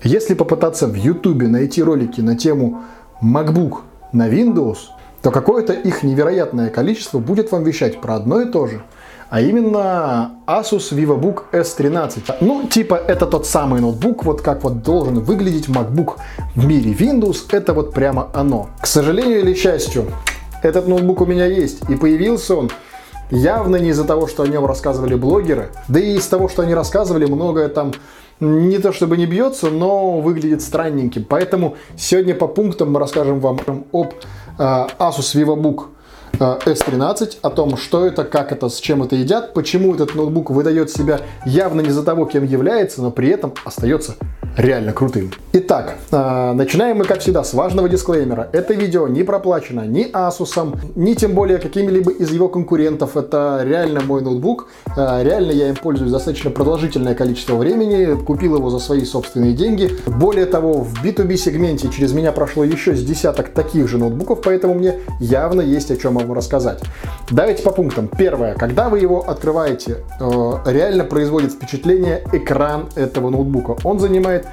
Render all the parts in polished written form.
Если попытаться в YouTube найти ролики на тему MacBook на Windows, то какое-то их невероятное количество будет вам вещать про одно и то же. А именно Asus VivoBook S13. Ну, типа, это тот самый ноутбук, вот как вот должен выглядеть MacBook в мире Windows. Это вот прямо оно. К сожалению или счастью, этот ноутбук у меня есть. И появился он явно не из-за того, что о нем рассказывали блогеры. Да и из того, что они рассказывали, многое там не то чтобы не бьется, но выглядит странненьким. Поэтому сегодня по пунктам мы расскажем вам об Asus VivoBook S13, о том, что это, как это, с чем это едят, почему этот ноутбук выдает себя явно не за того, кем является, но при этом остается реально крутым. Итак, начинаем мы, как всегда, с важного дисклеймера. Это видео не проплачено ни Asus, ни тем более какими-либо из его конкурентов. Это реально мой ноутбук. Реально я им пользуюсь достаточно продолжительное количество времени. Купил его за свои собственные деньги. Более того, в B2B сегменте через меня прошло еще с десяток таких же ноутбуков, поэтому мне явно есть о чем вам рассказать. Давайте по пунктам. Первое. Когда вы его открываете, реально производит впечатление экран этого ноутбука. Он занимает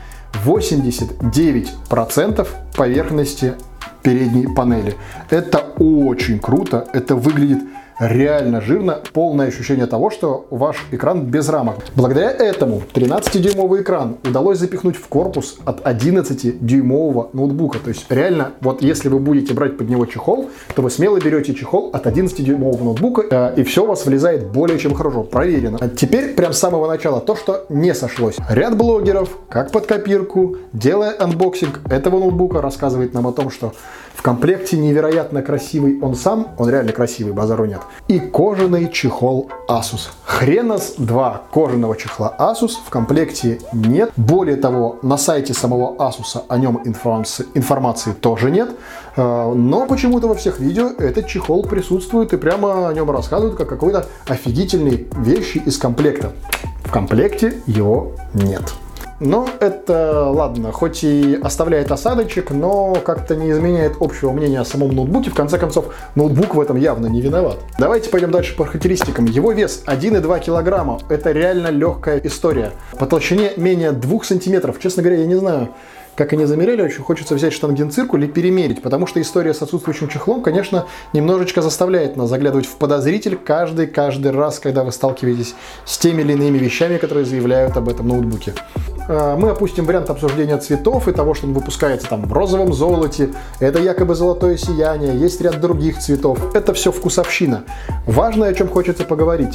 89% поверхности передней панели. Это очень круто, это выглядит реально жирно, полное ощущение того, что ваш экран без рамок. Благодаря этому 13-дюймовый экран удалось запихнуть в корпус от 11-дюймового ноутбука. То есть реально, вот если вы будете брать под него чехол, то вы смело берете чехол от 11-дюймового ноутбука, и все у вас влезает более чем хорошо, проверено. А теперь прям с самого начала то, что не сошлось. Ряд блогеров, как под копирку, делая анбоксинг этого ноутбука, рассказывает нам о том, что в комплекте невероятно красивый он сам, он реально красивый, базару нет, и кожаный чехол Asus. Хрена с два кожаного чехла Asus в комплекте нет. Более того, на сайте самого Asus о нем информации тоже нет. Но почему-то во всех видео этот чехол присутствует и прямо о нем рассказывают как какой-то офигительной вещи из комплекта. В комплекте его нет. Но это, ладно, хоть и оставляет осадочек, но как-то не изменяет общего мнения о самом ноутбуке. В конце концов, ноутбук в этом явно не виноват. Давайте пойдем дальше по характеристикам. Его вес 1,2 килограмма. Это реально легкая история. По толщине менее 2 сантиметров. Честно говоря, я не знаю, как они замеряли, очень хочется взять штангенциркуль и перемерить, потому что история с отсутствующим чехлом, конечно, немножечко заставляет нас заглядывать в подозритель каждый раз, когда вы сталкиваетесь с теми или иными вещами, которые заявляют об этом ноутбуке. Мы опустим вариант обсуждения цветов и того, что он выпускается там в розовом золоте. Это якобы золотое сияние, есть ряд других цветов. Это все вкусовщина. Важное, о чем хочется поговорить.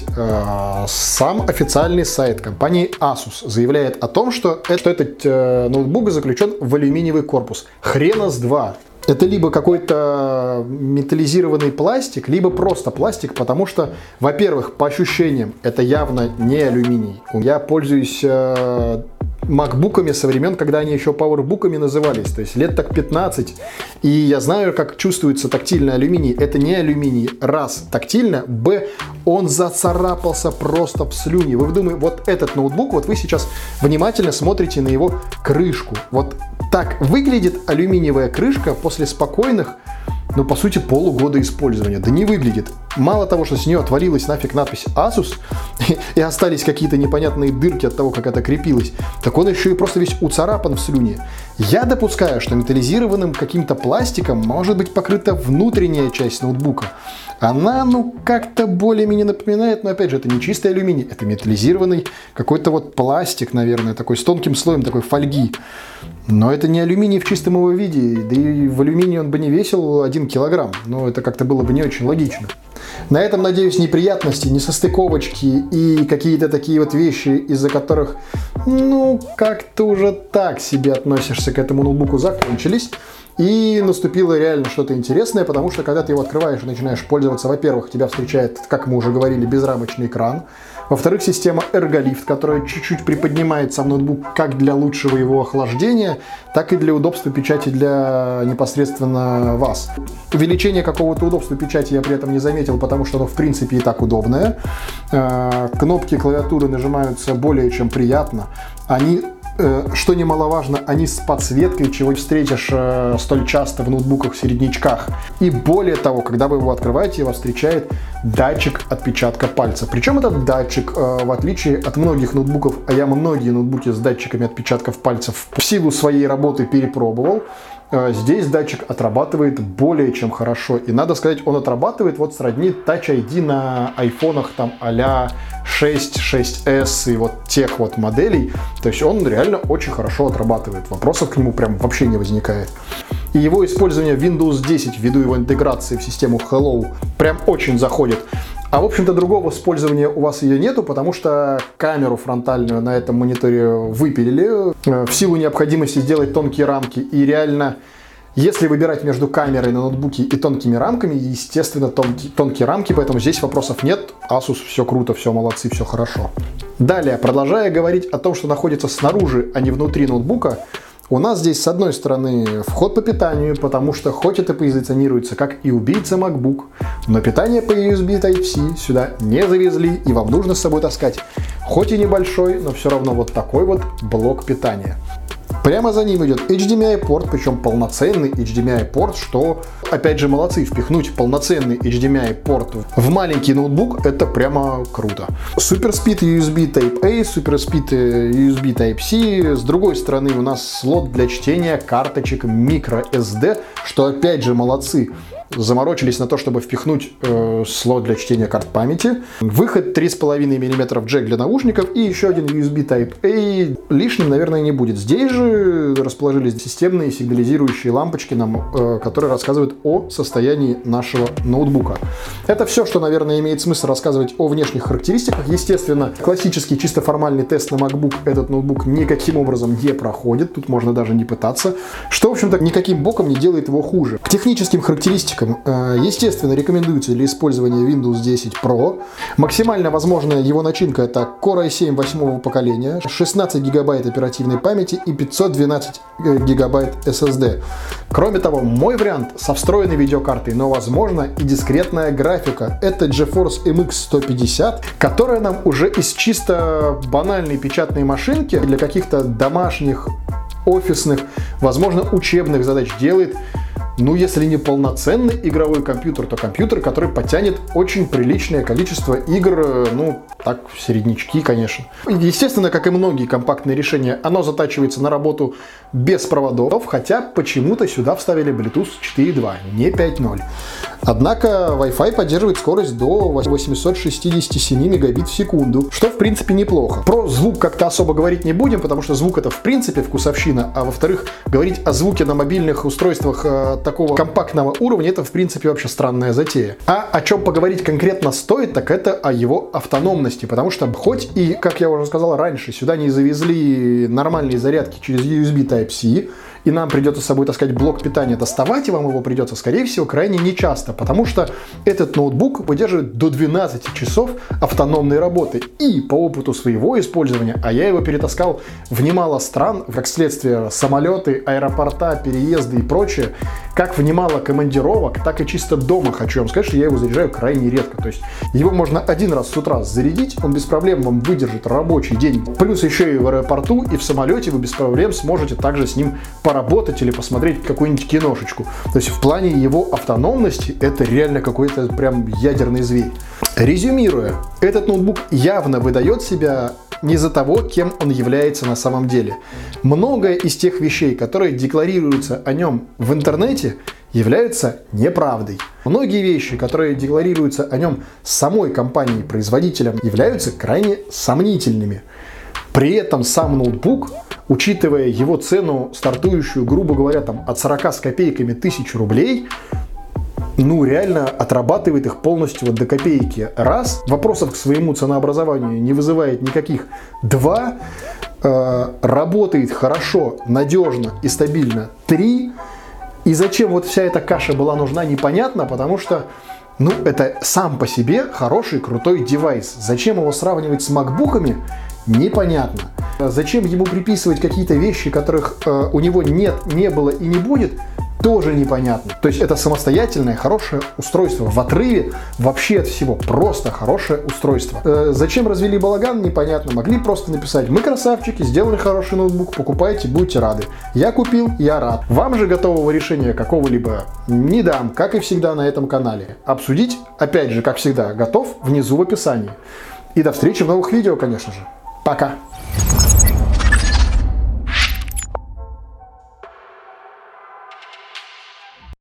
Сам официальный сайт компании Asus заявляет о том, что этот ноутбук заключен в алюминиевый корпус. Хрена с два. Это либо какой-то металлизированный пластик, либо просто пластик, потому что, во-первых, по ощущениям, это явно не алюминий. Я пользуюсь макбуками со времен, когда они еще пауэрбуками назывались, то есть лет так 15. И я знаю, как чувствуется тактильный алюминий. Это не алюминий. Раз, тактильно. Б, он зацарапался просто в слюне. Вы думаете, вот этот ноутбук, вот вы сейчас внимательно смотрите на его крышку. Вот так выглядит алюминиевая крышка после спокойных, ну, по сути, полугода использования. Да не выглядит. Мало того, что с нее отвалилась нафиг надпись Asus, и остались какие-то непонятные дырки от того, как это крепилось, так он еще и просто весь уцарапан в слюне. Я допускаю, что металлизированным каким-то пластиком может быть покрыта внутренняя часть ноутбука. Она, ну, как-то более-менее напоминает, но, опять же, это не чистый алюминий, это металлизированный какой-то вот пластик, наверное, такой с тонким слоем такой фольги. Но это не алюминий в чистом его виде, да и в алюминии он бы не весил 1 килограмм, но это как-то было бы не очень логично. На этом, надеюсь, неприятности, несостыковочки и какие-то такие вот вещи, из-за которых, ну, как-то уже так себе относишься к этому ноутбуку, закончились. И наступило реально что-то интересное, потому что когда ты его открываешь и начинаешь пользоваться, во-первых, тебя встречает, как мы уже говорили, безрамочный экран. Во-вторых, система Ergolift, которая чуть-чуть приподнимает сам ноутбук как для лучшего его охлаждения, так и для удобства печати для непосредственно вас. Увеличение какого-то удобства печати я при этом не заметил, потому что оно в принципе и так удобное. Кнопки клавиатуры нажимаются более чем приятно. Они, что немаловажно, они с подсветкой, чего не встретишь столь часто в ноутбуках-середнячках. И более того, когда вы его открываете, вас встречает датчик отпечатка пальца. Причем этот датчик, в отличие от многих ноутбуков, а я многие ноутбуки с датчиками отпечатков пальцев в силу своей работы перепробовал, здесь датчик отрабатывает более чем хорошо. И надо сказать, он отрабатывает вот сродни Touch ID на айфонах там а-ля 6, 6s и вот тех вот моделей. То есть он реально очень хорошо отрабатывает. Вопросов к нему прям вообще не возникает. И его использование в Windows 10 ввиду его интеграции в систему Hello прям очень заходит. А в общем-то другого использования у вас ее нету, потому что камеру фронтальную на этом мониторе выпилили в силу необходимости сделать тонкие рамки. И реально, если выбирать между камерой на ноутбуке и тонкими рамками, естественно, тонкие рамки, поэтому здесь вопросов нет. Asus все круто, все молодцы, все хорошо. Далее, продолжая говорить о том, что находится снаружи, а не внутри ноутбука, у нас здесь с одной стороны вход по питанию, потому что хоть это позиционируется как и убийца MacBook, но питание по USB Type-C сюда не завезли, и вам нужно с собой таскать хоть и небольшой, но все равно вот такой вот блок питания. Прямо за ним идет HDMI-порт, причем полноценный HDMI-порт, что, опять же, молодцы, впихнуть полноценный HDMI-порт в маленький ноутбук, это прямо круто. SuperSpeed USB Type-A, SuperSpeed USB Type-C, с другой стороны у нас слот для чтения карточек microSD, что, опять же, молодцы. Заморочились на то, чтобы впихнуть слот для чтения карт памяти. Выход 3,5 мм джек для наушников и еще один USB Type-A. Лишним, наверное, не будет. Здесь же расположились системные сигнализирующие лампочки, которые рассказывают о состоянии нашего ноутбука. Это все, что, наверное, имеет смысл рассказывать о внешних характеристиках. Естественно, классический чисто формальный тест на MacBook этот ноутбук никаким образом не проходит. Тут можно даже не пытаться. Что, в общем-то, никаким боком не делает его хуже. К техническим характеристикам, естественно, рекомендуется для использования Windows 10 Pro. Максимально возможная его начинка — это Core i7 8 поколения, 16 гигабайт оперативной памяти и 512 гигабайт SSD. Кроме того, мой вариант со встроенной видеокартой, но возможно и дискретная графика. Это GeForce MX 150, которая нам уже из чисто банальной печатной машинки для каких-то домашних, офисных, возможно, учебных задач делает, ну, если не полноценный игровой компьютер, то компьютер, который потянет очень приличное количество игр, ну, так, середнячки, конечно. Естественно, как и многие компактные решения, оно затачивается на работу без проводов, хотя почему-то сюда вставили Bluetooth 4.2, не 5.0. Однако Wi-Fi поддерживает скорость до 867 мегабит в секунду, что в принципе неплохо. Про звук как-то особо говорить не будем, потому что звук — это в принципе вкусовщина, а во-вторых, говорить о звуке на мобильных устройствах такого компактного уровня — это в принципе вообще странная затея. А о чем поговорить конкретно стоит, так это о его автономности, потому что хоть и, как я уже сказал раньше, сюда не завезли нормальные зарядки через USB Type-C, и нам придется с собой таскать блок питания, доставать, и вам его придется, скорее всего, крайне нечасто, потому что этот ноутбук выдерживает до 12 часов автономной работы. И по опыту своего использования, а я его перетаскал в немало стран, как следствие самолеты, аэропорта, переезды и прочее, как в немало командировок, так и чисто дома хочу вам сказать, что я его заряжаю крайне редко. То есть его можно один раз с утра зарядить, он без проблем вам выдержит рабочий день. Плюс еще и в аэропорту, и в самолете вы без проблем сможете также с ним поработать или посмотреть какую-нибудь киношечку. То есть в плане его автономности это реально какой-то прям ядерный зверь. Резюмируя, этот ноутбук явно выдает себя не за того, кем он является на самом деле. Многое из тех вещей, которые декларируются о нем в интернете, являются неправдой. Многие вещи, которые декларируются о нем самой компанией-производителем, являются крайне сомнительными. При этом сам ноутбук, учитывая его цену, стартующую, грубо говоря, там, от 40 с копейками тысяч рублей, ну, реально отрабатывает их полностью вот до копейки. Раз, вопросов к своему ценообразованию не вызывает никаких. Два, работает хорошо, надежно и стабильно. Три, и зачем вот вся эта каша была нужна, непонятно, потому что, ну, это сам по себе хороший, крутой девайс. Зачем его сравнивать с макбуками, непонятно. Зачем ему приписывать какие-то вещи, которых у него нет, не было и не будет, тоже непонятно. То есть это самостоятельное, хорошее устройство. В отрыве вообще от всего. Просто хорошее устройство. Зачем развели балаган, непонятно. Могли просто написать: мы красавчики, сделали хороший ноутбук, покупайте, будьте рады. Я купил, я рад. Вам же готового решения какого-либо не дам, как и всегда на этом канале. Обсудить, опять же, как всегда, готов внизу в описании. И до встречи в новых видео, конечно же. Пока!